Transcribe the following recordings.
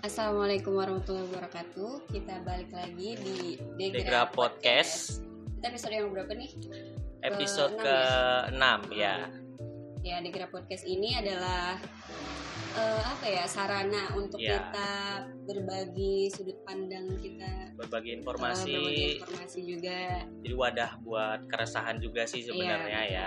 Assalamualaikum warahmatullahi wabarakatuh. Kita balik lagi di Degra Podcast. Kita episode yang berapa nih? Episode ke-6 ya. Ya, Degra Podcast ini adalah sarana untuk kita berbagi sudut pandang kita, berbagi informasi juga. Jadi wadah buat keresahan juga sih sebenarnya ya.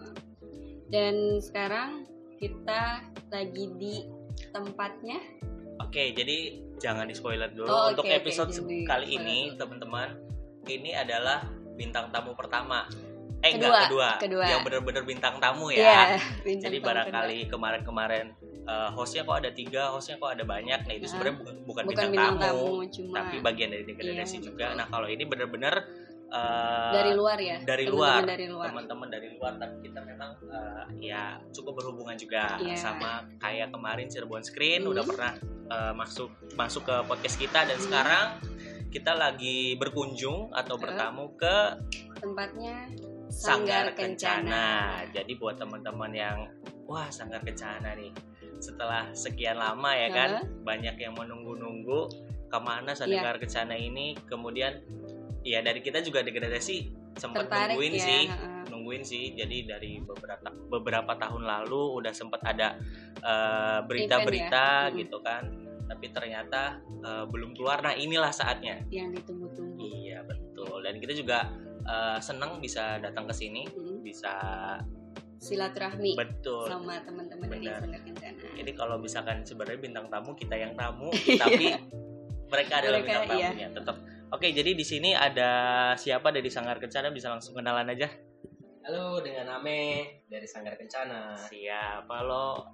Dan sekarang kita lagi di tempatnya. Oke, jadi jangan di spoiler dulu. Untuk episode kali ini teman-teman, ini adalah bintang tamu pertama. Kedua. Yang benar-benar bintang tamu ya. Jadi barangkali kemarin-kemarin hostnya kok ada 3, hostnya kok ada banyak. Nah itu sebenarnya bukan bintang tamu tapi bagian dari degradasi juga. Nah kalau ini benar-benar dari luar ya. Teman-teman dari luar, tapi kita memang cukup berhubungan juga sama kayak kemarin Cirebon Screen udah pernah masuk ke podcast kita, dan sekarang kita lagi berkunjung atau bertamu ke tempatnya Sanggar Kencana. Jadi buat teman-teman yang Sanggar Kencana nih, setelah sekian lama ya kan, banyak yang menunggu-nunggu kemana Sanggar Kencana ini. Kemudian dari kita juga degradasi sempat nungguin sih. Jadi dari beberapa tahun lalu udah sempat ada berita-berita gitu kan, tapi ternyata belum keluar. Nah inilah saatnya yang ditunggu-tunggu. Iya betul. Dan kita juga senang bisa datang ke sini, bisa silaturahmi sama teman-teman dari Sanggar Kencana. Jadi kalau misalkan sebenarnya bintang tamu, kita yang tamu, tapi mereka adalah bintang tamunya tetap. Oke, jadi di sini ada siapa dari Sanggar Kencana, bisa langsung kenalan aja. Halo, dengan Ame dari Sanggar Kencana. Siapa lo?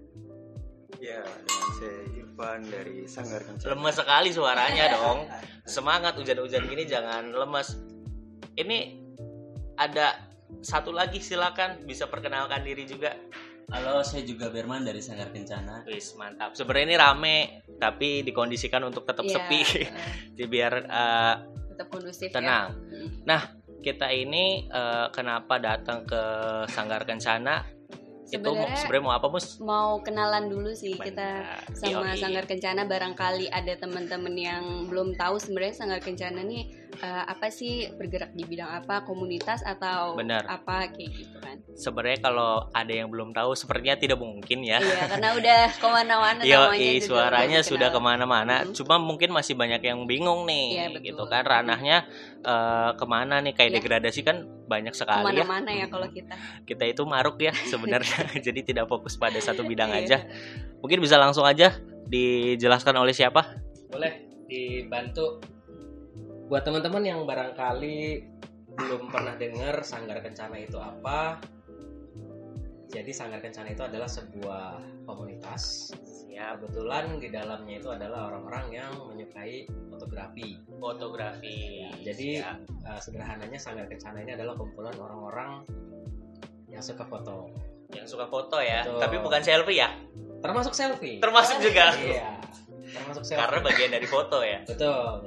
Ya, dengan saya Irfan dari Sanggar Kencana. Lemes sekali suaranya dong. Semangat, hujan-hujan gini jangan lemes. Ini ada satu lagi, silakan bisa perkenalkan diri juga. Halo, saya juga Berman dari Sanggar Kencana. Wis, mantap. Sebenarnya ini rame, tapi dikondisikan untuk tetap sepi. Jadi biar tetap kondusif, tenang. Nah, kita ini kenapa datang ke Sanggar Kencana? Itu sebenarnya mau apa, Mus? Mau kenalan dulu sih. Kita sama Sanggar Kencana. Barangkali ada teman-teman yang belum tahu sebenarnya Sanggar Kencana nih apa sih, bergerak di bidang apa, komunitas atau apa kayak gitu kan. Sebenarnya kalau ada yang belum tahu sepertinya tidak mungkin ya. Iya, karena udah kemana-mana namanya. Suaranya sudah kemana-mana. Cuma mungkin masih banyak yang bingung nih, gitu kan, ranahnya kemana nih, kayak degradasi kan banyak sekali kemana-mana ya kalau kita itu maruk ya sebenarnya. Jadi tidak fokus pada satu bidang aja. Mungkin bisa langsung aja dijelaskan oleh siapa? Boleh dibantu. Buat teman-teman yang barangkali belum pernah dengar Sanggar Kencana itu apa. Jadi Sanggar Kencana itu adalah sebuah komunitas. Ya, kebetulan di dalamnya itu adalah orang-orang yang menyukai fotografi. Ya, jadi sederhananya Sanggar Kencana ini adalah kumpulan orang-orang yang suka foto. Yang suka foto ya. Betul. Tapi bukan selfie ya? Termasuk selfie. Termasuk juga. Iya. Termasuk selfie. Karena bagian dari foto ya. Betul.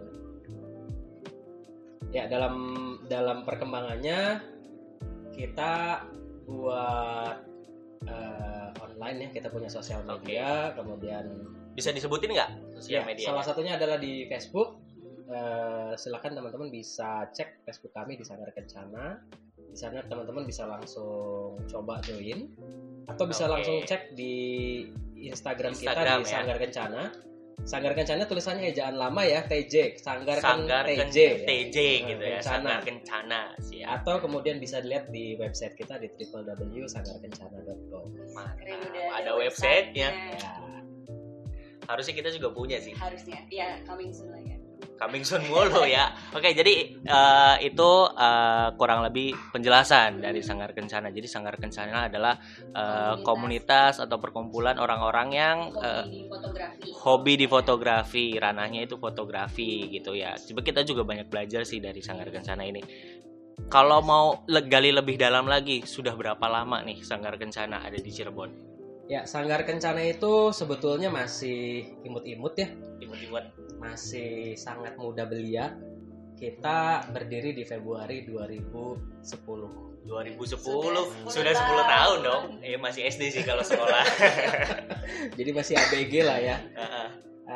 Ya, dalam perkembangannya kita buat online ya, kita punya sosial media. Kemudian bisa disebutin nggak sosial media? Salah satunya adalah di Facebook. Silakan teman-teman bisa cek Facebook kami di Sanggar Kencana. Di sana teman-teman bisa langsung coba join, atau bisa langsung cek di Instagram kita di Sanggar Kencana. Sanggar Kencana tulisannya ejaan lama ya, TJ, Sanggar TJ gitu ya, Sanggar Kencana. Atau kemudian bisa dilihat di website kita di www.sanggarkencana.com. Ada websitenya. Ya. Harusnya kita juga punya sih. Harusnya, ya, coming soon lah ya. Coming soon mulu ya. Oke, jadi itu kurang lebih penjelasan dari Sanggar Kencana. Jadi Sanggar Kencana adalah komunitas atau perkumpulan orang-orang yang hobi di fotografi. Ranahnya itu fotografi gitu ya. Coba kita juga banyak belajar sih dari Sanggar Kencana ini. Kalau mau gali lebih dalam lagi, sudah berapa lama nih Sanggar Kencana ada di Cirebon? Ya, Sanggar Kencana itu sebetulnya masih imut-imut ya. Masih sangat muda belia. Kita berdiri di Februari 2010. 2010 sudah 10 tahun dong. Masih SD sih kalau sekolah. Jadi masih ABG lah ya.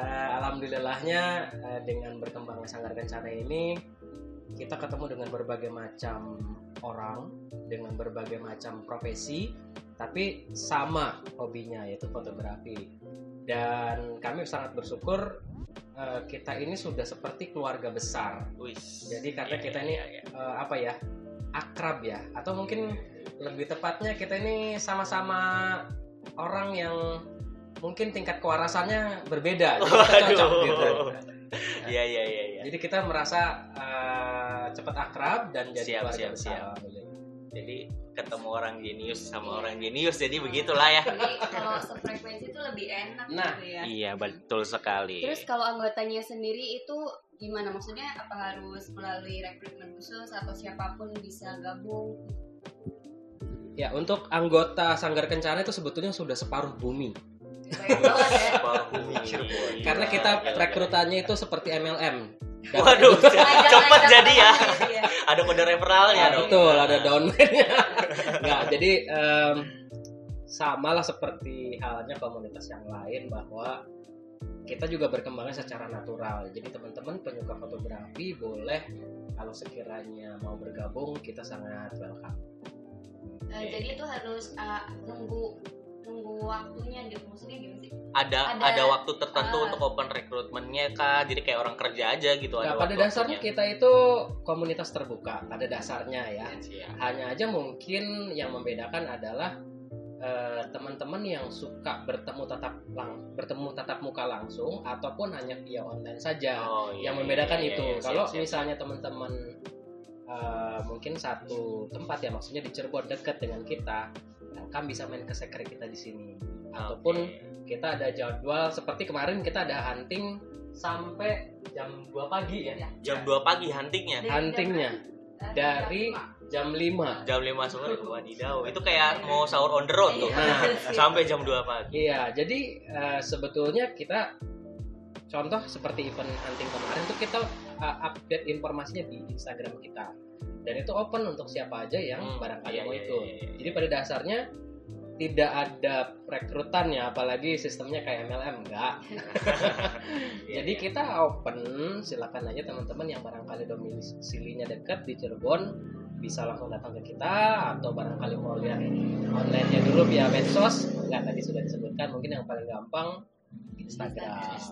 alhamdulillahnya dengan berkembangnya Sanggar Kencana ini kita ketemu dengan berbagai macam orang, dengan berbagai macam profesi, tapi sama hobinya yaitu fotografi. Dan kami sangat bersyukur kita ini sudah seperti keluarga besar. Jadi karena kita ini akrab ya, atau mungkin lebih tepatnya kita ini sama-sama orang yang mungkin tingkat kewarasannya berbeda, cocok gitu. Iya. Jadi kita merasa cepat akrab dan jadi keluarga besar. Jadi ketemu orang jenius sama orang jenius, jadi begitulah ya. Jadi kalau sefrekuensi itu lebih enak gitu ya. Iya, betul sekali. Terus kalau anggotanya sendiri itu gimana? Maksudnya apa harus melalui rekrutmen khusus atau siapapun bisa gabung? Ya, untuk anggota Sanggar Kencana itu sebetulnya sudah separuh bumi. Karena kita rekrutannya itu seperti MLM. Waduh, cepat jadi ya. Ada kode referralnya dong. Betul, ada downline-nya. Nggak, jadi samalah seperti halnya komunitas yang lain bahwa kita juga berkembangnya secara natural. Jadi teman-teman penyuka fotografi boleh kalau sekiranya mau bergabung, kita sangat welcome. Jadi itu harus nunggu waktunya gitu, maksudnya gimana sih? Ada waktu tertentu untuk open recruitment-nya kah? Jadi kayak orang kerja aja gitu. Nah, pada dasarnya kita itu komunitas terbuka pada dasarnya ya. Hanya aja mungkin yang membedakan adalah teman-teman yang suka bertemu tatap muka langsung ataupun hanya via online saja. Yang membedakan itu. Kalau misalnya teman-teman mungkin satu tempat ya, maksudnya di Cirebon dekat dengan kita, kan bisa main ke sekre kita di sini. Ataupun kita ada jadwal seperti kemarin kita ada hunting sampai jam 2 pagi ya. Jam 2 pagi huntingnya. Dari jam 5. Jam 5 sore, wadidaw. Itu kayak mau sahur on the road tuh. Sampai jam 2 pagi. Iya, jadi sebetulnya kita contoh seperti event hunting kemarin tuh kita update informasinya di Instagram kita. Dan itu open untuk siapa aja yang barangkali mau ikut. Jadi pada dasarnya tidak ada rekrutannya, apalagi sistemnya kayak MLM, enggak. Jadi kita open, silakan aja teman-teman yang barangkali domisilinya dekat di Cirebon bisa langsung datang ke kita, atau barangkali mau lihat online-nya dulu via medsos. Enggak, tadi sudah disebutkan, mungkin yang paling gampang Instagram.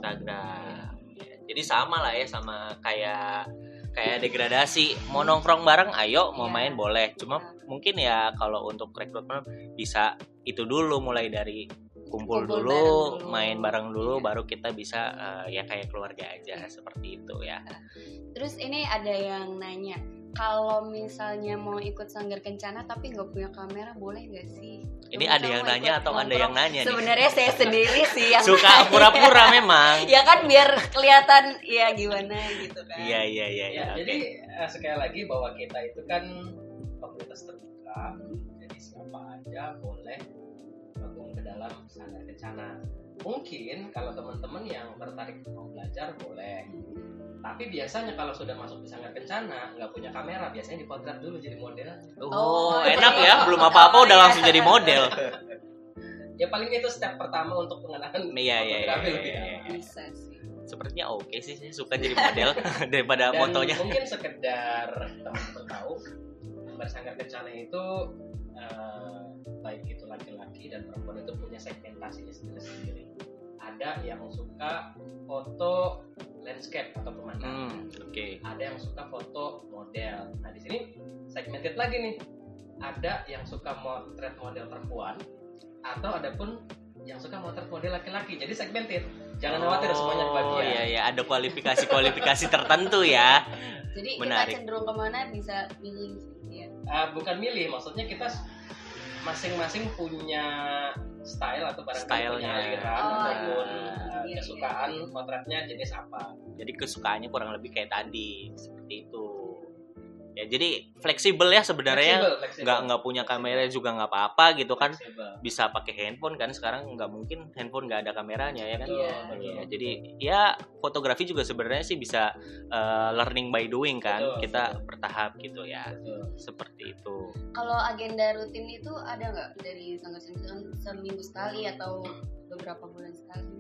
Jadi sama lah ya, sama kayak degradasi, mau nongkrong bareng ayo, mau main boleh, cuma mungkin ya kalau untuk rekrutmen bisa itu dulu, mulai dari kumpul dulu, main bareng dulu, baru kita bisa ya kayak keluarga aja, seperti itu ya. Terus ini ada yang nanya, kalau misalnya mau ikut Sanggar Kencana tapi nggak punya kamera, boleh nggak sih? Ini ada yang nanya atau ada yang nanya nih? Sebenarnya saya sendiri sih yang suka pura-pura memang. Ya kan biar kelihatan ya gimana gitu kan. Iya. Jadi sekali lagi bahwa kita itu kan komunitas terbuka. Jadi siapa aja boleh gabung ke dalam Sanggar Kencana. Mungkin kalau teman-teman yang tertarik mau belajar boleh. Tapi biasanya kalau sudah masuk di Sanggar Kencana nggak punya kamera, biasanya dipotret dulu jadi model. Enak ya, belum apa-apa udah langsung jadi model. Ya paling itu step pertama untuk pengenalan fotografi lebih dalam. Bisa sih. Sepertinya oke sih, saya suka jadi model daripada dan fotonya. Mungkin sekedar teman-teman tahu, Sanggar Kencana itu baik itu laki-laki dan perempuan itu punya segmentasinya sendiri-sendiri. Ada yang suka foto landscape atau pemandangan. Ada yang suka foto model. Nah di sini segmented lagi nih. Ada yang suka motret model perempuan, atau ada pun yang suka motret model laki-laki. Jadi segmented. Jangan khawatir semuanya kebagian. Iya, ada kualifikasi tertentu ya. Jadi menarik. Kita cenderung kemana bisa milih ya. Bukan milih, maksudnya kita masing-masing punya style atau barangkali punya aliran ataupun kesukaan potretnya jenis apa. Jadi kesukaannya kurang lebih kayak tadi, seperti itu. Ya jadi fleksibel ya sebenarnya, nggak punya kamera juga nggak apa-apa gitu kan, bisa pakai handphone kan, sekarang nggak mungkin handphone nggak ada kameranya ya kan. Iya. Jadi ya fotografi juga sebenarnya sih bisa learning by doing kan, kita bertahap gitu ya. Seperti itu. Kalau agenda rutin itu ada nggak dari Sanggar Kencana, seminggu sekali atau beberapa bulan sekali?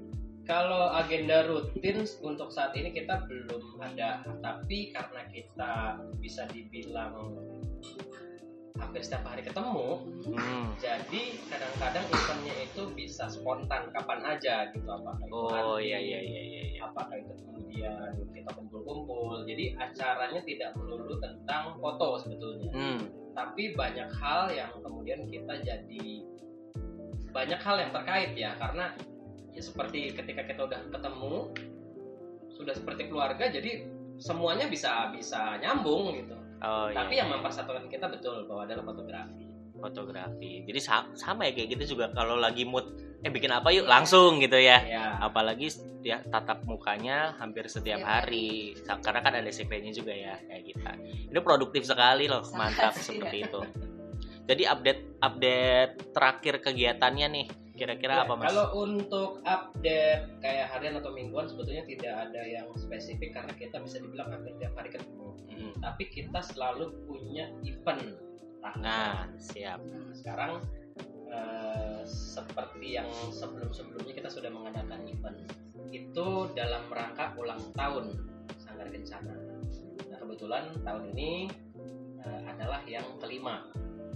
Kalau agenda rutin untuk saat ini kita belum ada, tapi karena kita bisa dibilang hampir setiap hari ketemu, jadi kadang-kadang eventnya itu bisa spontan kapan aja gitu, apakah itu apakah itu kemudian kita kumpul-kumpul. Jadi acaranya tidak melulu tentang foto sebetulnya, tapi banyak hal yang kemudian kita jadi banyak hal yang terkait ya, karena ya seperti ketika kita udah ketemu sudah seperti keluarga, jadi semuanya bisa nyambung gitu. Tapi yang mempersatukan kita betul bahwa adalah fotografi. Jadi sama ya kayak gitu juga kalau lagi mood bikin apa yuk langsung gitu ya. Apalagi ya tatap mukanya hampir setiap hari. Karena kan ada CV-nya juga ya kayak kita. Ini produktif sekali loh, mantap seperti itu. Jadi update terakhir kegiatannya nih kira-kira apa Mas? Kalau untuk update kayak harian atau mingguan sebetulnya tidak ada yang spesifik karena kita bisa dibilang hampir tiap hari ketemu. Tapi kita selalu punya event tahunan. Nah, siap. Sekarang seperti yang sebelum-sebelumnya kita sudah mengadakan event itu dalam rangka ulang tahun Sanggar Kencana. Nah, kebetulan tahun ini adalah yang kelima.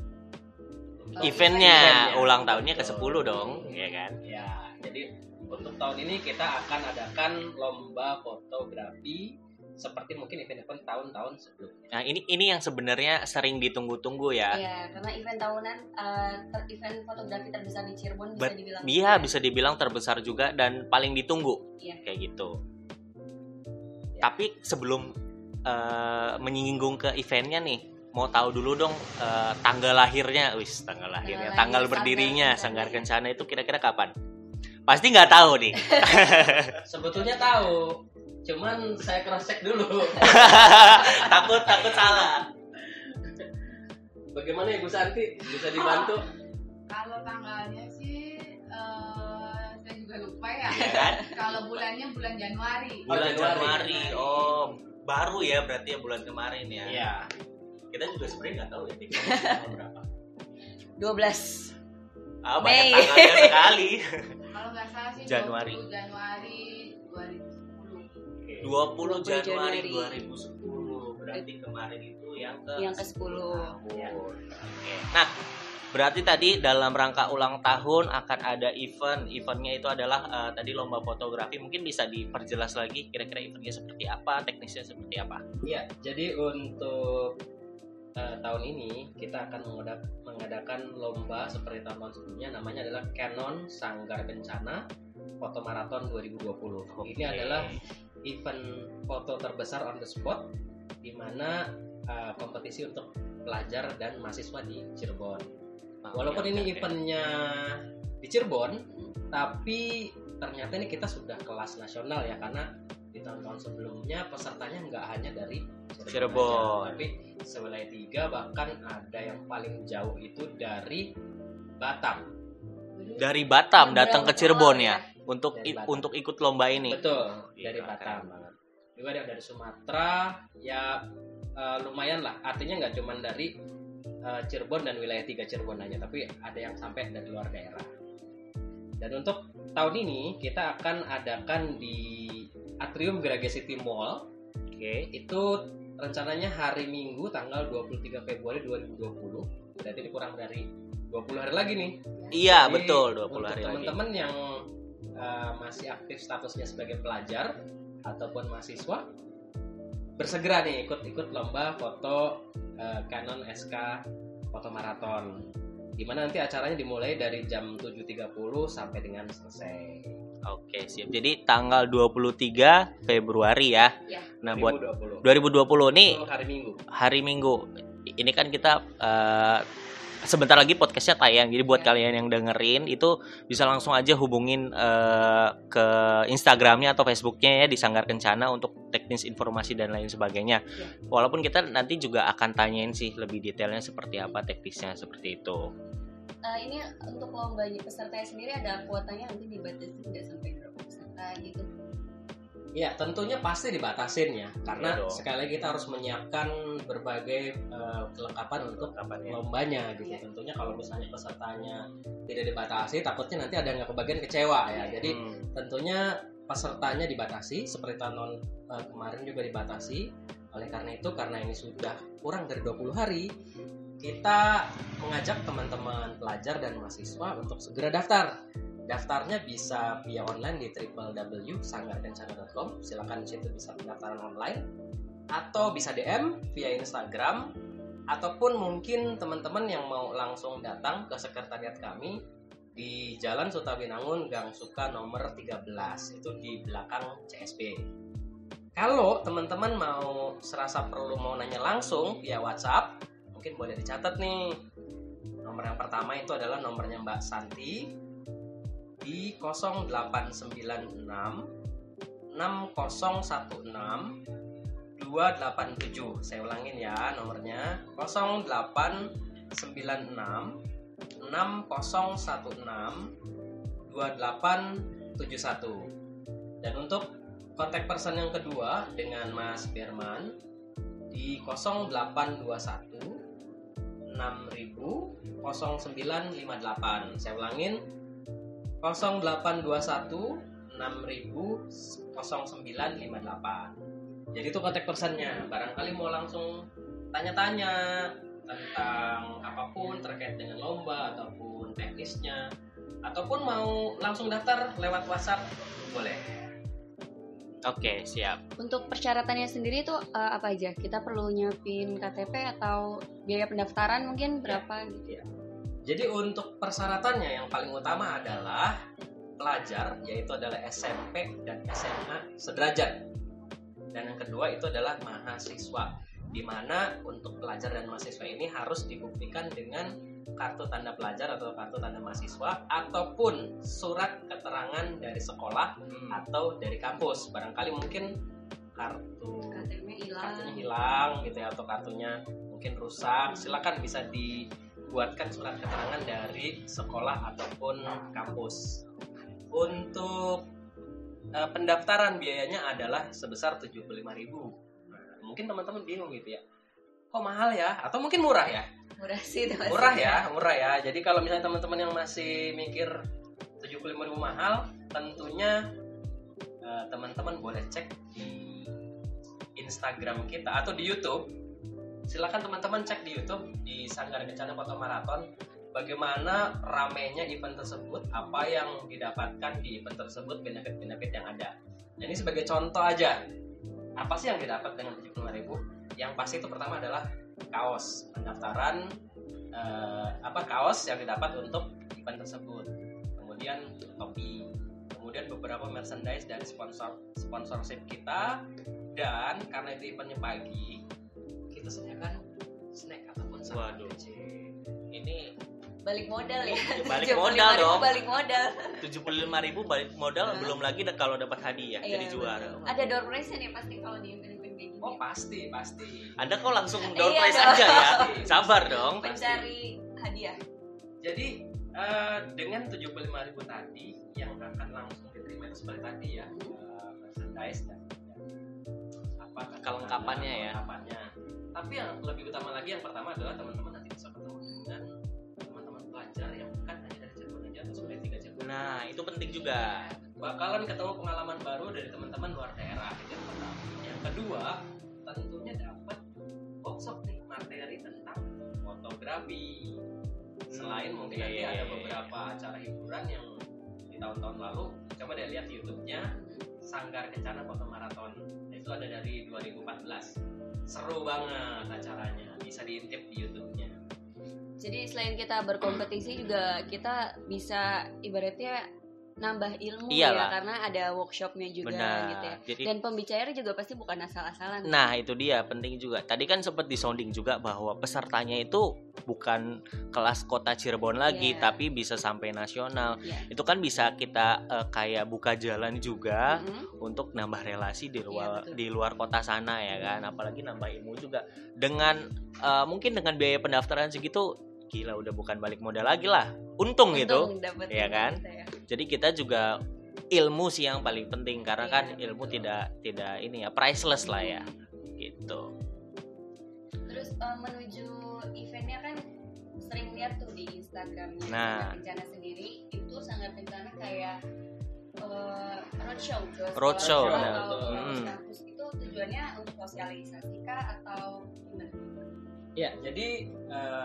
Eventnya ulang tahunnya ke-10 dong, ya kan? Ya, jadi untuk tahun ini kita akan adakan lomba fotografi seperti mungkin event-event tahun-tahun sebelumnya. Nah, ini yang sebenarnya sering ditunggu-tunggu ya. Iya, karena event tahunan event fotografi terbesar di Cirebon bisa dibilang. Iya, bisa dibilang terbesar juga dan paling ditunggu. Kayak gitu. Ya. Tapi sebelum menyinggung ke eventnya nih, mau tahu dulu dong tanggal lahirnya, tanggal berdirinya Sanggar Kencana itu kira-kira kapan? Pasti nggak tahu nih. Sebetulnya tahu, cuman saya cross check dulu. takut salah. Bagaimana Ibu Santi? Bisa dibantu? Kalau tanggalnya sih saya juga lupa ya. Kalau bulannya bulan Januari. Bulan Januari. Oh, baru ya berarti ya bulan kemarin ya. Iya. Kita juga sebenarnya nggak tahu ya berapa. 12 banyak tanggalnya sekali. Kalau nggak salah sih Januari 2010. 20 Januari 2010. Berarti kemarin itu yang ke-10. Ya. Nah, berarti tadi dalam rangka ulang tahun akan ada eventnya itu adalah tadi lomba fotografi. Mungkin bisa diperjelas lagi kira-kira eventnya seperti apa, teknisnya seperti apa? Iya, jadi untuk tahun ini kita akan mengadakan lomba seperti tahun sebelumnya, namanya adalah Canon Sanggar Kencana Foto Marathon 2020. Ini adalah event foto terbesar on the spot, di mana kompetisi untuk pelajar dan mahasiswa di Cirebon. Walaupun ini eventnya di Cirebon, tapi ternyata ini kita sudah kelas nasional ya, karena di tahun-tahun sebelumnya pesertanya nggak hanya dari Cirebon aja, tapi sewilayah 3, bahkan ada yang paling jauh itu dari Batam. Dari Batam datang ke Cirebon ya untuk ikut lomba ini. Betul, dari Batam banget. Juga ada dari Sumatera, ya lumayan lah. Artinya nggak cuma dari Cirebon dan wilayah 3 Cirebon aja, tapi ada yang sampai dari luar daerah. Dan untuk tahun ini kita akan adakan di Atrium Grage City Mall. Itu rencananya hari Minggu tanggal 23 Februari 2020. Berarti ini kurang dari 20 hari lagi nih. Iya, jadi, betul, 20 hari lagi. Teman-teman yang masih aktif statusnya sebagai pelajar ataupun mahasiswa, bersegera nih ikut lomba foto Canon SK Foto Marathon. Dimana nanti acaranya dimulai dari jam 7.30 sampai dengan selesai. Oke, siap. Jadi tanggal 23 Februari ya. Nah, 2020. Buat 2020 nih hari Minggu. Ini kan kita sebentar lagi podcastnya tayang. Jadi buat kalian yang dengerin itu bisa langsung aja hubungin ke Instagramnya atau Facebooknya ya di Sanggar Kencana untuk teknis informasi dan lain sebagainya. Walaupun kita nanti juga akan tanyain sih lebih detailnya seperti apa, teknisnya seperti itu. Ini untuk lomba pesertanya sendiri ada kuotanya, nanti dibatasi tidak sampai berapa peserta gitu? Ya tentunya pasti dibatasin ya, karena sekali lagi kita harus menyiapkan berbagai kelengkapan untuk lombanya gitu. Tentunya kalau misalnya pesertanya tidak dibatasi, takutnya nanti ada yang nggak kebagian kecewa ya. Jadi tentunya pesertanya dibatasi, seperti tahun kemarin juga dibatasi. Oleh karena itu, karena ini sudah kurang dari 20 hari, kita mengajak teman-teman pelajar dan mahasiswa untuk segera daftar. Daftarnya bisa via online di www.sanggarkencana.com. Silakan di situ bisa pendaftaran online, atau bisa DM via Instagram, ataupun mungkin teman-teman yang mau langsung datang ke sekretariat kami di Jalan Sutabinangun Gang Suka nomor 13, itu di belakang CSP. Kalau teman-teman mau serasa perlu mau nanya langsung via WhatsApp, mungkin boleh dicatat nih. Nomor yang pertama itu adalah nomornya Mbak Santi di 0896 6016 287. Saya ulangin ya nomornya, 0896 6016 2871. Dan untuk kontak person yang kedua dengan Mas Berman di 0821 6000 0958. Saya ulangin, 0821 6000 0958. Jadi itu kontak personnya. Barangkali mau langsung tanya-tanya tentang apapun terkait dengan lomba ataupun teknisnya, ataupun mau langsung daftar lewat WhatsApp, boleh. Oke, siap. Untuk persyaratannya sendiri itu apa aja? Kita perlu nyiapin KTP atau biaya pendaftaran mungkin berapa gitu? Ya. Jadi untuk persyaratannya yang paling utama adalah pelajar, yaitu adalah SMP dan SMA sederajat. Dan yang kedua itu adalah mahasiswa, di mana untuk pelajar dan mahasiswa ini harus dibuktikan dengan kartu tanda pelajar atau kartu tanda mahasiswa, ataupun surat keterangan dari sekolah atau dari kampus. Barangkali mungkin kartunya hilang gitu ya, atau kartunya mungkin rusak, silakan bisa dibuatkan surat keterangan dari sekolah ataupun kampus. Untuk pendaftaran biayanya adalah sebesar 75.000. Mungkin teman-teman bingung gitu ya, kok mahal ya, atau mungkin murah ya? Murah sih, murah ya. Jadi kalau misalnya teman-teman yang masih mikir 75.000 mahal, tentunya teman-teman boleh cek di Instagram kita atau di YouTube. Silakan teman-teman cek di YouTube di Sanggar Kencana Foto Maraton, bagaimana ramainya event tersebut, apa yang didapatkan di event tersebut, benefit-benefit yang ada. Dan ini sebagai contoh aja, apa sih yang didapat dengan 75.000? Yang pasti itu pertama adalah kaos pendaftaran, kaos yang didapat untuk event tersebut, kemudian topi, kemudian beberapa merchandise dari sponsorship kita, dan karena itu eventnya pagi, kita sediakan snack ataupun sandwich. Ini balik modal ya. Balik modal dong. Balik modal. 75.000 balik modal, belum lagi kalau dapat hadiah jadi juara. Ada door prize nih pasti kalau di event kayak gini. Oh pasti. Anda kok langsung door prize aja ya? Sabar dong. Mencari hadiah. Jadi dengan 75.000 tadi yang akan langsung diterima itu seperti tadi ya, merchandise dan kelengkapannya ya. Tapi yang lebih utama lagi, yang pertama adalah teman-teman nanti bisa ketemu dengan teman-teman pelajar yang bukan hanya dari Cirebon aja atau dari 3 Cirebon. Nah, itu penting juga. Bakalan ketemu pengalaman baru dari teman-teman luar daerah, itu yang pertama. Yang kedua, tentunya dapat workshop nih, materi tentang fotografi. Selain mungkin nanti ada beberapa acara hiburan yang di tahun-tahun lalu, coba deh lihat YouTube-nya Sanggar Kencana Foto Maraton. Itu ada dari 2014. Seru banget acaranya, bisa diintip di YouTube-nya. Jadi selain kita berkompetisi juga kita bisa ibaratnya nambah ilmu. Iyalah. Ya, karena ada workshopnya juga. Benar. Gitu ya. Jadi, dan pembicara juga pasti bukan asal-asalan. Nah itu dia penting juga. Tadi kan sempat disounding juga bahwa pesertanya itu bukan kelas kota Cirebon lagi, tapi bisa sampai nasional. Itu kan bisa kita kayak buka jalan juga untuk nambah relasi di luar kota sana ya kan. Apalagi nambah ilmu juga. Dengan mungkin dengan biaya pendaftaran segitu, gila udah bukan balik modal lagi lah. Untung gitu, ya kan? Kita ya. Jadi kita juga ilmu sih yang paling penting, karena kan ilmu tidak ini ya, priceless lah ya gitu. Terus menuju eventnya kan sering lihat tuh di Instagramnya Nah, Sanggar Kencana sendiri itu Sanggar Kencana kayak roadshow Roadshow, atau nah. kampus itu tujuannya untuk sosialisasi kah atau gimana? Ya, jadi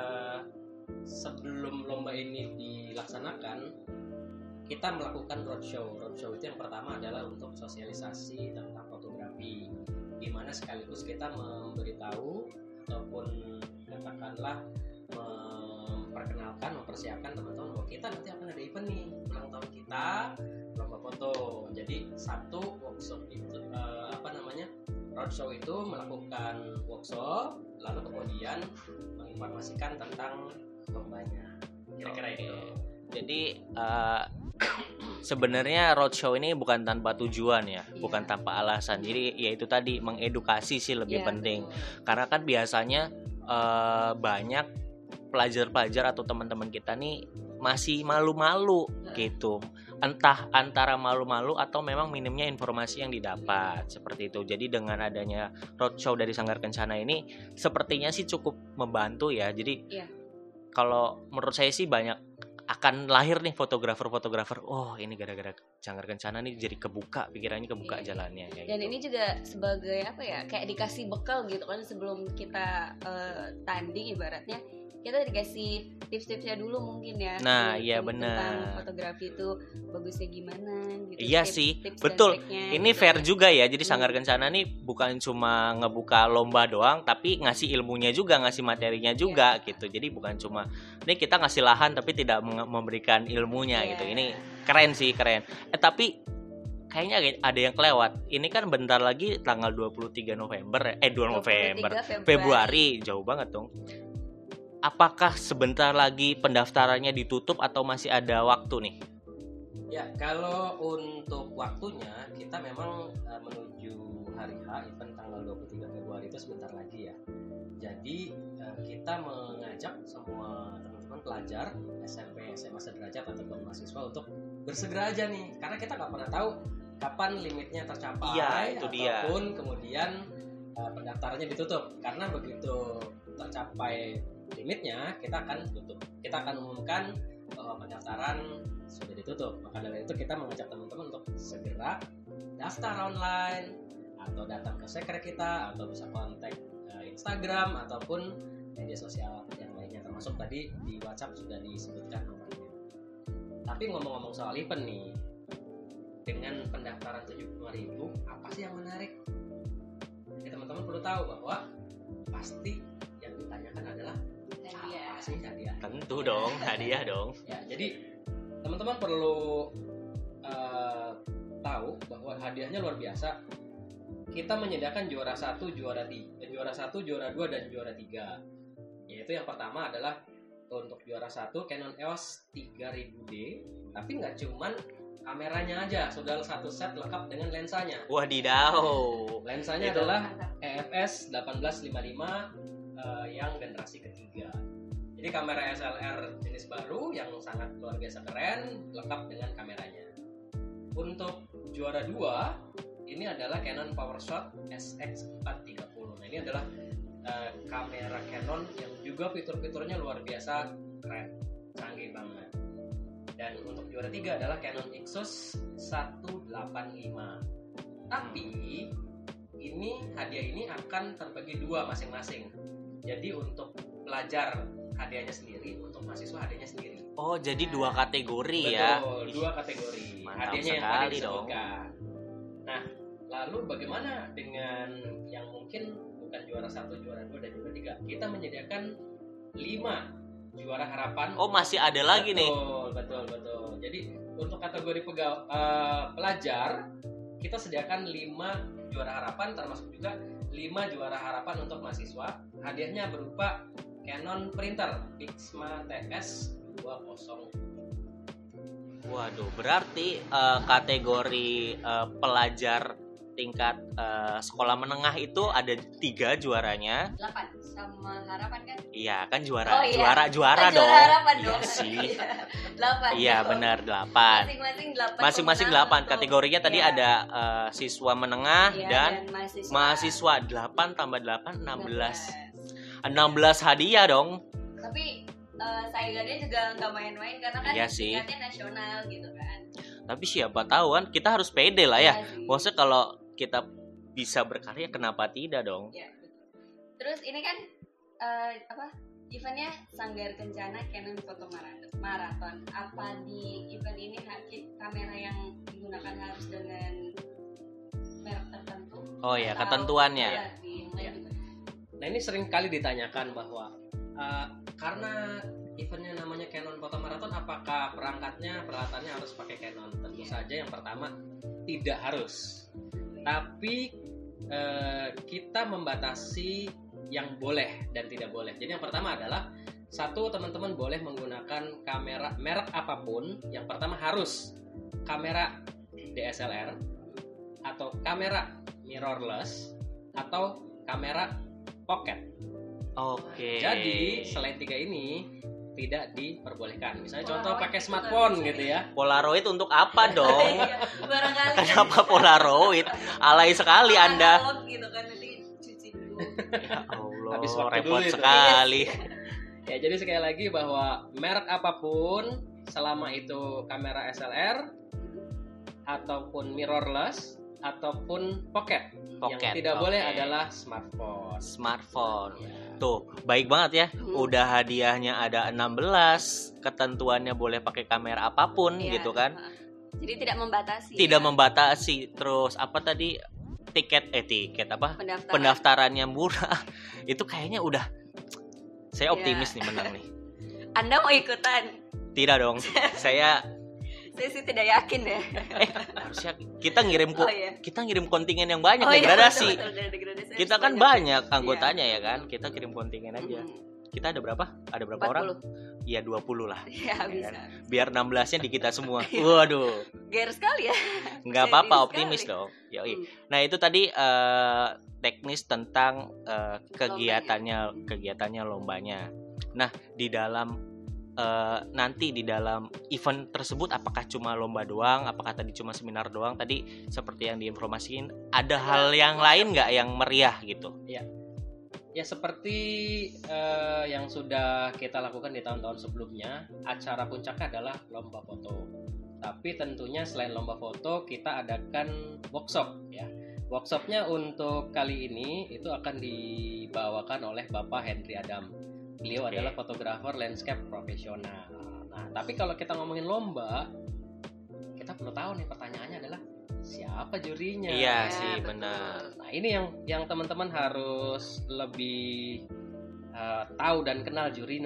sebelum lomba ini dilaksanakan, kita melakukan roadshow. Roadshow itu yang pertama adalah untuk sosialisasi tentang fotografi, di mana sekaligus kita memberitahu ataupun katakanlah memperkenalkan, mempersiapkan teman-teman bahwa kita nanti akan ada event nih, ulang tahun kita, lomba foto. Jadi satu workshop itu roadshow itu melakukan workshop, lalu kemudian menginformasikan tentang lombanya. Kira-kira itu. Jadi sebenarnya roadshow ini bukan tanpa tujuan ya, bukan tanpa alasan. Jadi ya itu tadi, mengedukasi sih lebih penting. Karena kan biasanya banyak pelajar-pelajar atau teman-teman kita nih masih malu-malu gitu. Entah antara malu-malu atau memang minimnya informasi yang didapat seperti itu. Jadi dengan adanya roadshow dari Sanggar Kencana ini sepertinya sih cukup membantu ya. Jadi kalau menurut saya sih banyak akan lahir nih fotografer. Oh, ini gara-gara Sanggar Kencana nih jadi kebuka, pikirannya kebuka jalannya kayak Dan gitu. ini juga sebagai apa ya, kayak dikasih bekal gitu kan sebelum kita tanding, ibaratnya kita dikasih tips-tipsnya dulu mungkin ya. Nah, iya tentang benar. fotografi itu bagusnya gimana gitu. Iya sih, betul. Ini fair juga ya. Jadi Sanggar Kencana nih bukan cuma ngebuka lomba doang, tapi ngasih ilmunya juga, ngasih materinya juga gitu. Jadi bukan cuma ini kita ngasih lahan tapi tidak memberikan ilmunya gitu. Ini keren sih, keren. Tapi kayaknya ada yang kelewat. Ini kan bentar lagi tanggal 23 Februari, jauh banget dong. Apakah sebentar lagi pendaftarannya ditutup atau masih ada waktu nih? Ya, kalau untuk waktunya kita memang menuju hari H, event tanggal 23 Februari itu sebentar lagi ya. Jadi kita mengajak semua teman-teman pelajar SMP, SMA sederajat ataupun mahasiswa untuk bersegera aja nih, karena kita nggak pernah tahu kapan limitnya tercapai ataupun kemudian pendaftarannya ditutup. Karena begitu tercapai limitnya, kita akan umumkan bahwa pendaftaran sudah ditutup. Maka dari itu kita mengajak teman-teman untuk segera daftar online atau datang ke sekre kita, atau bisa kontak Instagram ataupun media sosial yang lainnya, termasuk tadi di WhatsApp sudah disebutkan nomornya. Tapi ngomong-ngomong soal event nih, dengan pendaftaran 75.000, apa sih yang menarik? Jadi teman-teman perlu tahu bahwa pasti yang ditanyakan adalah apa sih hadiah? Tentu dong, hadiah dong. Ya, jadi teman-teman perlu tahu bahwa hadiahnya luar biasa. Kita menyediakan juara 1, juara 2 dan juara 3. Yaitu yang pertama adalah untuk juara 1 Canon EOS 3000D, tapi nggak cuman kameranya aja, sudah satu set lengkap dengan lensanya. Wadidaw. Lensanya adalah EFS 1855 yang generasi ketiga. Jadi kamera SLR jenis baru yang sangat luar biasa keren, lengkap dengan kameranya. Untuk juara 2 ini adalah Canon PowerShot SX430. Nah, ini adalah kamera Canon yang juga fitur-fiturnya luar biasa keren, canggih banget. Dan untuk juara 3 adalah Canon Exos 185. Tapi ini hadiah ini akan terbagi 2 masing-masing. Jadi untuk pelajar hadiahnya sendiri, untuk mahasiswa hadiahnya sendiri. Oh, jadi 2 kategori. Betul, ya. 2 kategori. Mantap Hadiahnya yang sekali tadi disebutkan. Nah, lalu bagaimana dengan yang mungkin bukan juara 1, juara 2 dan juara 3? Kita menyediakan 5 juara harapan. Oh, masih ada lagi nih. Betul. Jadi untuk kategori pelajar, kita sediakan 5 juara harapan, termasuk juga 5 juara harapan untuk mahasiswa. Hadiahnya berupa Canon printer Pixma TS20. Waduh, berarti kategori pelajar tingkat sekolah menengah itu ada 3 juaranya. 8 sama harapan kan? Iya kan juara Oh, iya. juara dong. Harapan Iya dong. sih. 8. Iya benar 8. Masing-masing 8. Masing-masing 8. Kategorinya tadi ada siswa menengah dan mahasiswa 8 tambah 8 16 hadiah dong. Tapi saingannya juga nggak main-main karena kan tingkatnya nasional gitu kan. Tapi siapa tahu kan, kita harus pede lah ya. Iya, Maksudnya kalau kita bisa berkarya kenapa tidak dong? Ya, betul. Terus ini kan eventnya Sanggar Kencana Canon Foto Marathon. Apa di event ini kamera yang digunakan harus dengan merek tertentu? Oh ya, ketentuannya. Ya. Nah ini sering kali ditanyakan bahwa karena eventnya namanya Canon Foto Marathon, apakah peralatannya harus pakai Canon? Tentu saja yang pertama tidak harus. Tapi kita membatasi yang boleh dan tidak boleh. Jadi yang pertama adalah satu, teman-teman boleh menggunakan kamera merek apapun. Yang pertama harus kamera DSLR atau kamera mirrorless atau kamera pocket. Oke. Jadi selain 3 ini tidak diperbolehkan. Misalnya contoh pakai smartphone gitu ya. Polaroid untuk apa dong? Barangkali. Kenapa Polaroid? Alay sekali Anda. Gitu kan, nanti cuci dulu. Ya Allah, Habis waktu repot dulu itu. sekali. Ya jadi sekali lagi bahwa merek apapun selama itu kamera SLR ataupun mirrorless ataupun pocket. Yang tidak boleh adalah smartphone. Tuh, baik banget ya. Udah hadiahnya ada 16, ketentuannya boleh pakai kamera apapun gitu kan. Jadi tidak membatasi. Tidak membatasi. Terus apa tadi? Tiket apa? Pendaftarannya murah. Itu kayaknya udah, saya optimis nih menang nih. Anda mau ikutan? Tidak dong. Saya sih tidak yakin ya. Harusnya kita ngirim kontingen yang banyak, Betul, degradasi. degradasi. Kita kan banyak anggotanya ya kan. Kita kirim kontingen aja. Kita ada berapa? Ada berapa 40. orang? Iya 20 lah. Ya bisa. Kan? Biar 16-nya di kita semua. Waduh. Ger sekali ya. Nggak apa-apa, optimis dong. Yoi. Nah itu tadi teknis tentang kegiatannya lombanya. Nah di dalam nanti di dalam event tersebut apakah cuma lomba doang, apakah tadi cuma seminar doang? Tadi seperti yang diinformasikan, ada hal yang lain nggak yang meriah gitu? Ya seperti yang sudah kita lakukan di tahun-tahun sebelumnya, acara puncaknya adalah lomba foto. Tapi tentunya selain lomba foto, kita adakan workshop ya. Workshopnya untuk kali ini itu akan dibawakan oleh Bapak Henry Adam. Beliau adalah fotografer landscape profesional. Nah, tapi kalau kita ngomongin lomba, kita perlu tahu nih, pertanyaannya adalah siapa jurinya? Iya sih, benar. Nah, ini yang teman-teman harus lebih tahu dan kenal juri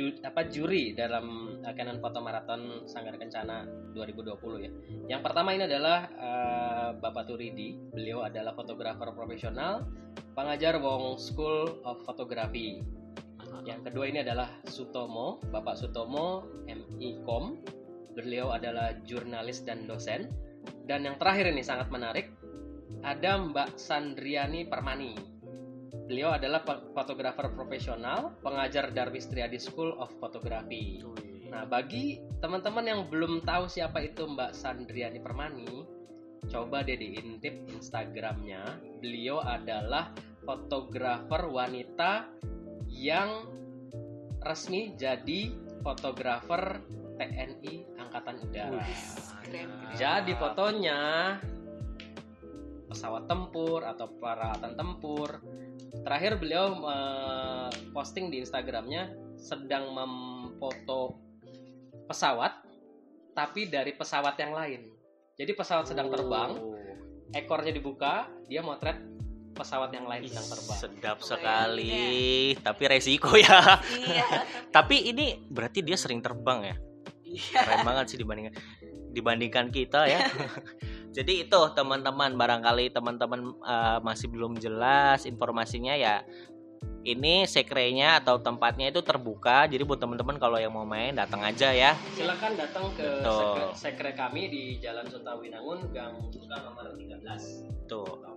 dalam Canon Foto Marathon Sanggar Kencana 2020 ya. Yang pertama ini adalah Bapak Turidi. Beliau adalah fotografer profesional, pengajar Wong School of Photography. Yang kedua ini adalah Sutomo, Bapak Sutomo MIKOM. Beliau adalah jurnalis dan dosen. Dan yang terakhir ini sangat menarik, ada Mbak Sandriani Permani. Beliau adalah fotografer profesional, pengajar Darwis Triadi School of Photography. Nah, bagi teman-teman yang belum tahu siapa itu Mbak Sandriani Permani, coba deh diintip Instagramnya. Beliau adalah fotografer wanita yang resmi jadi fotografer TNI Angkatan Udara. Jadi fotonya pesawat tempur atau peralatan tempur. Terakhir beliau posting di Instagramnya sedang memfoto pesawat, tapi dari pesawat yang lain. Jadi pesawat sedang terbang, ekornya dibuka, dia motret pesawat yang lain sedang terbang. Sedap sekali, tapi resiko ya. Tapi ini berarti dia sering terbang ya. Keren banget sih dibandingkan kita ya. Jadi itu teman-teman, barangkali teman-teman masih belum jelas informasinya ya. Ini sekrenya atau tempatnya itu terbuka. Jadi buat teman-teman kalau yang mau main datang aja ya. Silakan datang ke sekre kami di Jalan Suntawinangun, Gang Buka nomor 13. Tuh.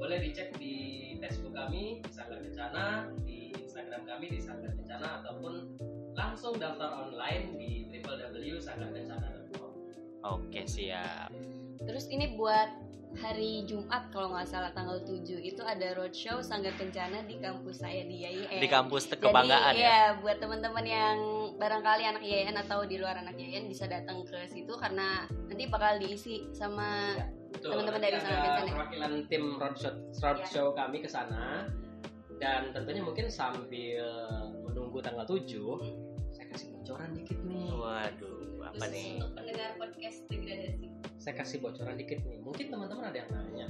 boleh dicek di Facebook kami Sanggar Kencana, di Instagram kami di Sanggar Kencana, ataupun langsung daftar online di www.sanggarkencana.com. Oke, siap. Terus ini buat hari Jumat kalau nggak salah tanggal 7 itu ada roadshow Sanggar Kencana di kampus saya di YIN. Di kampus kebanggaan. Jadi, ya buat teman-teman yang barangkali anak YIN atau di luar anak YIN bisa datang ke situ karena nanti bakal diisi sama teman-teman dari Sanggar Kencana. Perwakilan tim roadshow kami ke sana, dan tentunya mungkin sambil menunggu tanggal 7 saya kasih bocoran dikit nih. Waduh, apa nih? Untuk pendengar podcast Degradasi. Saya kasih bocoran dikit nih. Mungkin teman-teman ada yang nanya,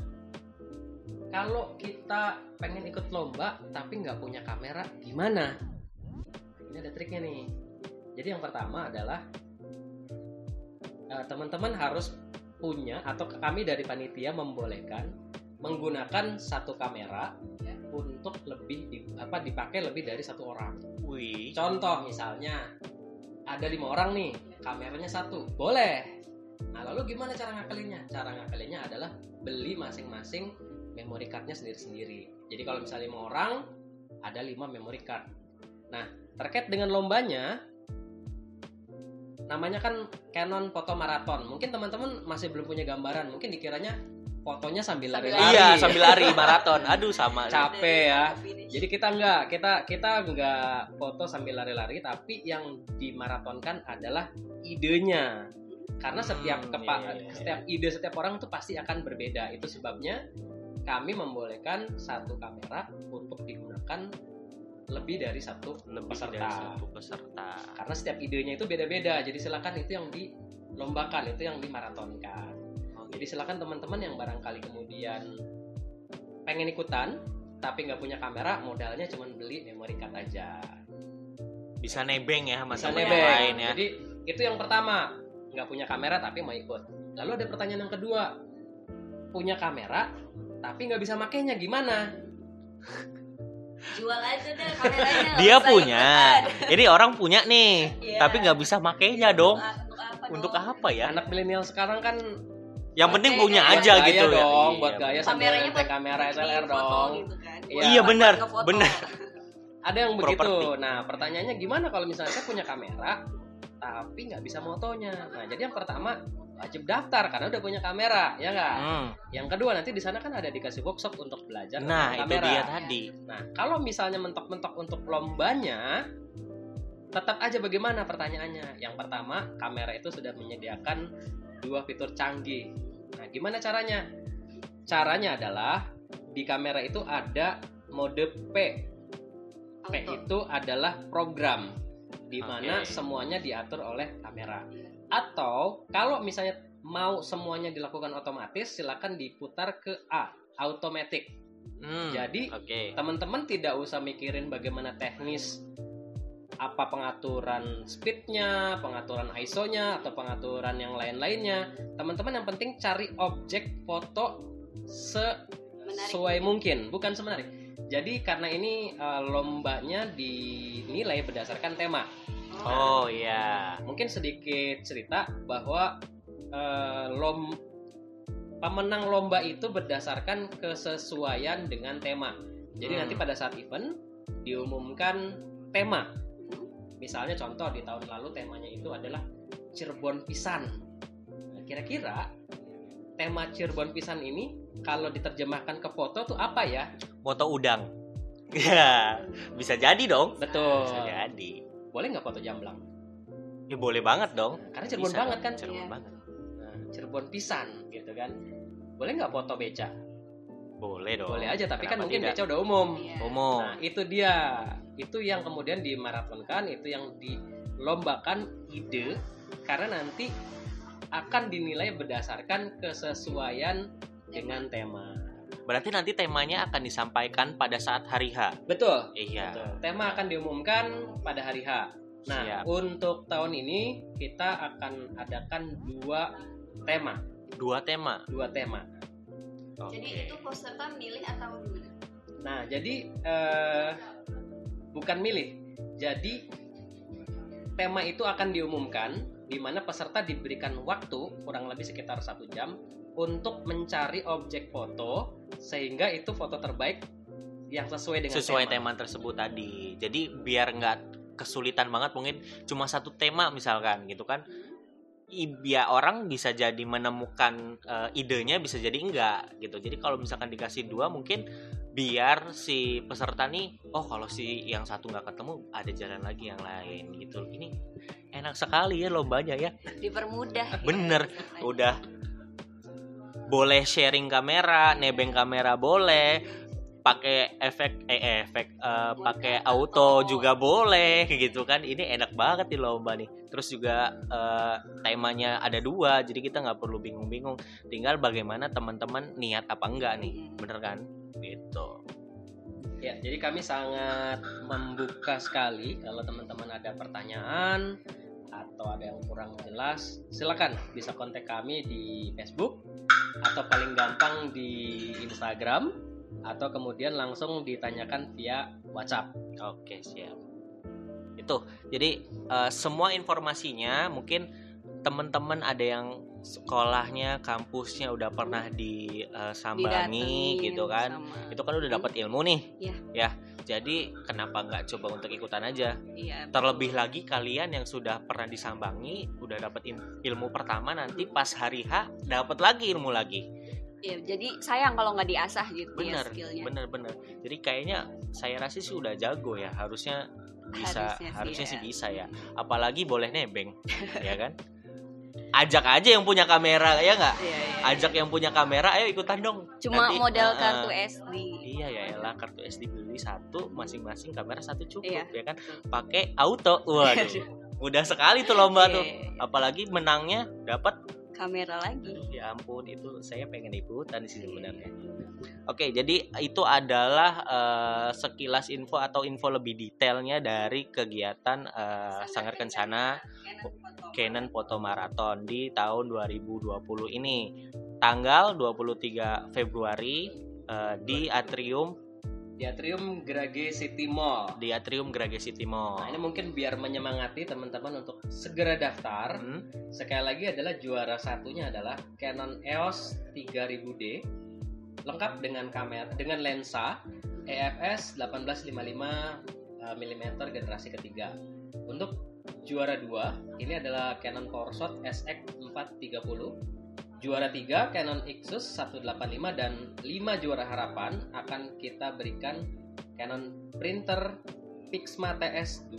kalau kita pengen ikut lomba tapi nggak punya kamera gimana? Ini ada triknya nih. Jadi yang pertama adalah teman-teman harus punya, atau kami dari panitia membolehkan menggunakan satu kamera untuk dipakai lebih dari satu orang. Wih. Contoh misalnya ada 5 orang nih, kameranya 1, boleh. Nah lalu gimana cara ngakalinnya? Cara ngakalinnya adalah beli masing-masing memory cardnya sendiri-sendiri. Jadi kalau misalnya 5 orang ada 5 memory card. Nah terkait dengan lombanya, namanya kan Canon Photo Marathon. Mungkin teman-teman masih belum punya gambaran. Mungkin dikiranya fotonya sambil lari-lari. Iya, sambil lari maraton. Aduh, sama. Capek ya. Jadi kita nggak foto sambil lari-lari, tapi yang dimaratonkan adalah idenya. Karena setiap ide setiap orang itu pasti akan berbeda. Itu sebabnya kami membolehkan satu kamera untuk digunakan lebih dari satu peserta. Karena setiap idenya itu beda-beda. Jadi silakan itu yang dilombakan, itu yang dimaratonkan. Jadi silakan teman-teman yang barangkali kemudian pengen ikutan tapi nggak punya kamera, modalnya cuma beli memory card aja. Bisa nebeng ya, bisa nebeng. Lain ya. Jadi itu yang pertama, nggak punya kamera tapi mau ikut. Lalu ada pertanyaan yang kedua, punya kamera tapi nggak bisa makainya gimana? Jual aja deh kameranya. Dia punya, ini orang punya nih, tapi nggak bisa makainya dong. Untuk apa ya? Anak milenial sekarang kan yang penting punya aja gitu dong, ya. Buat gaya sambil nenteng kamera SLR dong. Gitu kan. Iya benar. Ada yang begitu. Nah pertanyaannya gimana kalau misalnya saya punya kamera tapi nggak bisa motonya? Nah jadi yang pertama wajib daftar karena udah punya kamera, ya nggak? Yang kedua nanti di sana kan ada dikasih workshop untuk belajar tentang kamera. Nah itu dia tadi. Nah kalau misalnya mentok-mentok untuk lombanya, tetap aja bagaimana pertanyaannya? Yang pertama, kamera itu sudah menyediakan 2 fitur canggih. Nah gimana caranya? Caranya adalah di kamera itu ada mode P. P itu adalah program di mana semuanya diatur oleh kamera. Atau kalau misalnya mau semuanya dilakukan otomatis, silakan diputar ke A, automatic. Jadi teman-teman tidak usah mikirin bagaimana teknis, apa pengaturan speednya, pengaturan ISO-nya, atau pengaturan yang lain-lainnya. Teman-teman yang penting cari objek foto sesuai mungkin, bukan semenarik. Jadi karena ini lombanya dinilai berdasarkan tema. Oh iya. Mungkin sedikit cerita bahwa pemenang lomba itu berdasarkan kesesuaian dengan tema. Jadi nanti pada saat event diumumkan tema. Misalnya contoh di tahun lalu temanya itu adalah Cirebon Pisan. Nah, kira-kira tema Cirebon Pisan ini kalau diterjemahkan ke foto tuh apa ya? Foto udang. Ya, bisa jadi dong. Betul. Bisa jadi. Boleh nggak foto jamblang? Ya boleh banget dong. Karena Cirebon bisa banget kan? Cirebon banget. Nah, Cirebon Pisan gitu kan. Boleh nggak foto beca? Boleh dong. Boleh aja, tapi kenapa kan mungkin tidak? beca udah umum. Umum. Nah, itu dia. Itu yang kemudian dimaratonkan, itu yang dilombakan ide, karena nanti akan dinilai berdasarkan kesesuaian dengan tema. Berarti nanti temanya akan disampaikan pada saat hari H. Betul. Iya. Betul. Tema akan diumumkan pada hari H. Nah, siap. Untuk tahun ini kita akan adakan 2 tema. 2 tema. 2 tema. Jadi itu peserta milih atau gimana? Nah, jadi bukan milih. Jadi tema itu akan diumumkan di mana peserta diberikan waktu kurang lebih sekitar 1 jam untuk mencari objek foto sehingga itu foto terbaik yang sesuai dengan tema tersebut tadi. Jadi biar nggak kesulitan banget, mungkin cuma satu tema misalkan gitu kan, biar orang bisa jadi menemukan idenya, bisa jadi enggak gitu. Jadi kalau misalkan dikasih 2 mungkin biar si peserta nih, oh kalau si yang satu nggak ketemu ada jalan lagi yang lain gitu. Ini enak sekali ya lombanya ya, dipermudah. Bener, udah boleh sharing kamera, nebeng kamera boleh, pakai efek pakai auto juga boleh gitu kan. Ini enak banget nih lomba nih. Terus juga temanya ada 2, jadi kita nggak perlu bingung-bingung, tinggal bagaimana teman-teman niat apa enggak nih, bener kan gitu ya. Jadi kami sangat membuka sekali kalau teman-teman ada pertanyaan atau ada yang kurang jelas, silakan bisa kontak kami di Facebook atau paling gampang di Instagram, atau kemudian langsung ditanyakan via WhatsApp. Oke, siap. Itu. Jadi semua informasinya mungkin teman-teman ada yang sekolahnya, kampusnya udah pernah disambangi gitu kan. Itu kan udah dapat ilmu nih. Ya. Jadi kenapa nggak coba untuk ikutan aja? Iya. Terlebih lagi kalian yang sudah pernah disambangi, udah dapat ilmu pertama, nanti pas hari H dapat lagi ilmu lagi. Iya, jadi sayang kalau nggak diasah gitu. Bener, ya skillnya. Bener. Jadi kayaknya saya rasa sih udah jago ya, harusnya sih bisa ya. Apalagi boleh nebeng, ya kan? Ajak aja yang punya kamera, ya nggak? Iya. Ajak yang punya kamera, ayo ikutan dong. Cuma nanti, modal kartu SD. Iya ya elah, kartu SD beli 1, masing-masing kamera 1 cukup, ya kan? Pakai auto, waduh, mudah sekali tuh lomba tuh. Apalagi menangnya dapat kamera lagi. Ya ampun, itu saya pengen ikutan sih sebenarnya. Oke, jadi itu adalah sekilas info atau info lebih detailnya dari kegiatan Sanggar Kencana Canon Foto Marathon di tahun 2020 ini. Tanggal 23 Februari di Atrium Grage City Mall. Nah, ini mungkin biar menyemangati teman-teman untuk segera daftar. Sekali lagi adalah juara satunya adalah Canon EOS 3000D lengkap dengan kamera dengan lensa EFS 1855 mm generasi ketiga. Untuk juara 2 ini adalah Canon PowerShot SX430. Juara 3 Canon Ixus 185 dan 5 juara harapan akan kita berikan Canon printer Pixma TS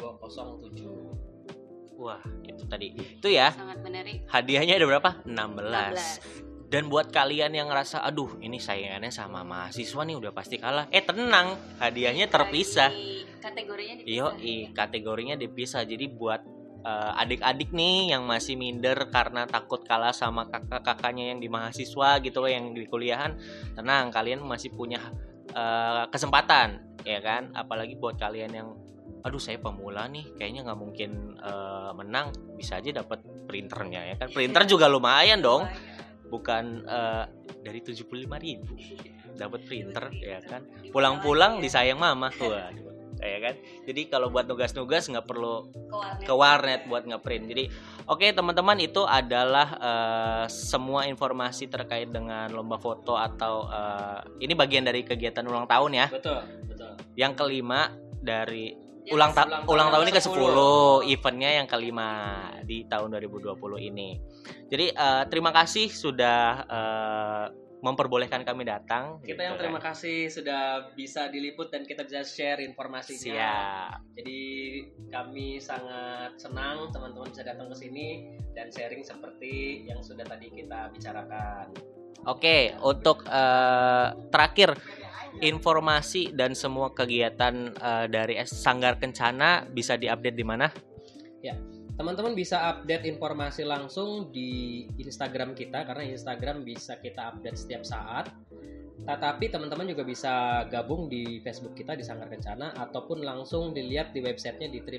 207. Wah, itu tadi. Itu ya. Sangat menarik. Hadiahnya ada berapa? 16. Dan buat kalian yang ngerasa aduh ini saingannya sama mahasiswa nih udah pasti kalah, tenang, hadiahnya terpisah. Kategorinya dipisah. Kategorinya dipisah. Jadi buat adik-adik nih yang masih minder karena takut kalah sama kakak-kakaknya yang di mahasiswa gitu, yang di kuliahan, tenang, kalian masih punya kesempatan, ya kan? Apalagi buat kalian yang aduh saya pemula nih kayaknya nggak mungkin menang, bisa aja dapat printernya, ya kan? Printer juga lumayan dong, bukan dari 75.000 dapat printer, ya kan? Pulang-pulang disayang mama, waduh. Ya kan, jadi kalau buat nugas-nugas nggak perlu ke warnet buat ngeprint. Jadi oke, teman-teman, itu adalah semua informasi terkait dengan lomba foto atau ini bagian dari kegiatan ulang tahun ya. Betul. Yang kelima dari ulang tahun ini ke-10, eventnya yang kelima di tahun 2020 ini. Jadi terima kasih sudah memperbolehkan kami datang. Kita yang terima kasih sudah bisa diliput dan kita bisa share informasinya. Siap. Jadi kami sangat senang teman-teman bisa datang ke sini dan sharing seperti yang sudah tadi kita bicarakan. Oke, untuk terakhir informasi dan semua kegiatan dari Sanggar Kencana bisa diupdate di mana? Ya. Teman-teman bisa update informasi langsung di Instagram kita, karena Instagram bisa kita update setiap saat. Tetapi teman-teman juga bisa gabung di Facebook kita di Sanggar Kencana, ataupun langsung dilihat di websitenya di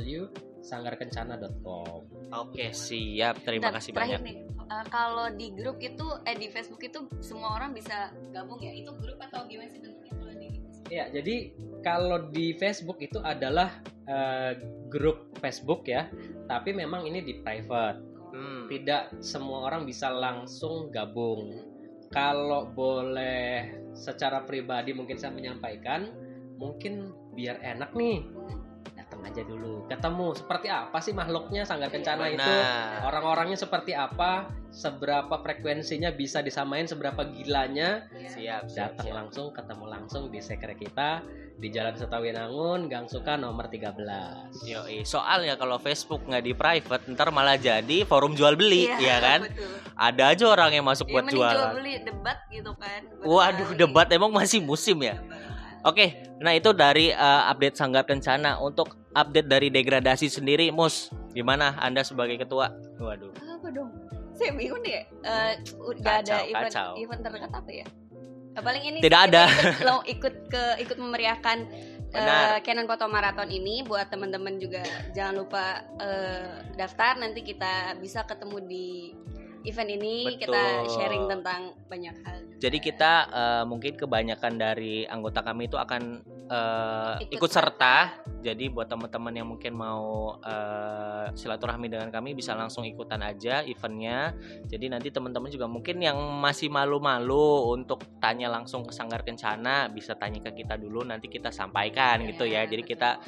www.sanggarkencana.com. Oke, siap. Terima kasih banyak. Nih, kalau di grup itu, di Facebook itu semua orang bisa gabung ya? Itu grup atau gimana sih bentuknya kalau di? Ya, jadi kalau di Facebook itu adalah grup Facebook ya, tapi memang ini di private. Tidak semua orang bisa langsung gabung. Kalau boleh secara pribadi mungkin saya menyampaikan, mungkin biar enak nih, datang aja dulu, ketemu seperti apa sih makhluknya Sanggar Kencana itu, orang-orangnya seperti apa, seberapa frekuensinya bisa disamain, seberapa gilanya. Datang langsung, ketemu langsung di sekre kita di Jalan Setawinangun, Gang Suka nomor 13. Yoi. Soalnya kalau Facebook nggak di private, ntar malah jadi forum jual beli, ya kan? Betul. Ada aja orang yang masuk buat jualan. Jual beli, debat gitu kan. Waduh, debat emang masih musim ya. Oke, nah itu dari update Sanggar Kencana. Untuk update dari degradasi sendiri, Mus, gimana Anda sebagai ketua? Waduh. Apa dong? Saya bingung deh. Udah ada event terdekat apa ya? Paling ini tidak ada. Ikut memeriahkan Canon Photo Marathon ini. Buat teman-teman juga jangan lupa daftar, nanti kita bisa ketemu di event ini. Betul. Kita sharing tentang banyak hal. Jadi kita mungkin kebanyakan dari anggota kami itu akan ikut serta. Jadi buat teman-teman yang mungkin mau silaturahmi dengan kami bisa langsung ikutan aja eventnya. Jadi nanti teman-teman juga mungkin yang masih malu-malu untuk tanya langsung ke Sanggar Kencana bisa tanya ke kita dulu, nanti kita sampaikan gitu ya. Jadi betul. Kita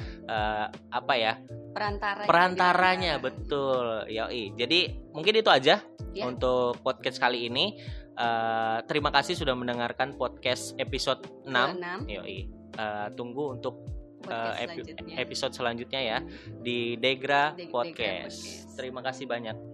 perantaranya betul. Yoi. Jadi mungkin itu aja untuk podcast kali ini. Terima kasih sudah mendengarkan podcast episode 6. Yoi. Tunggu untuk episode selanjutnya ya di Degra Podcast. Terima kasih banyak.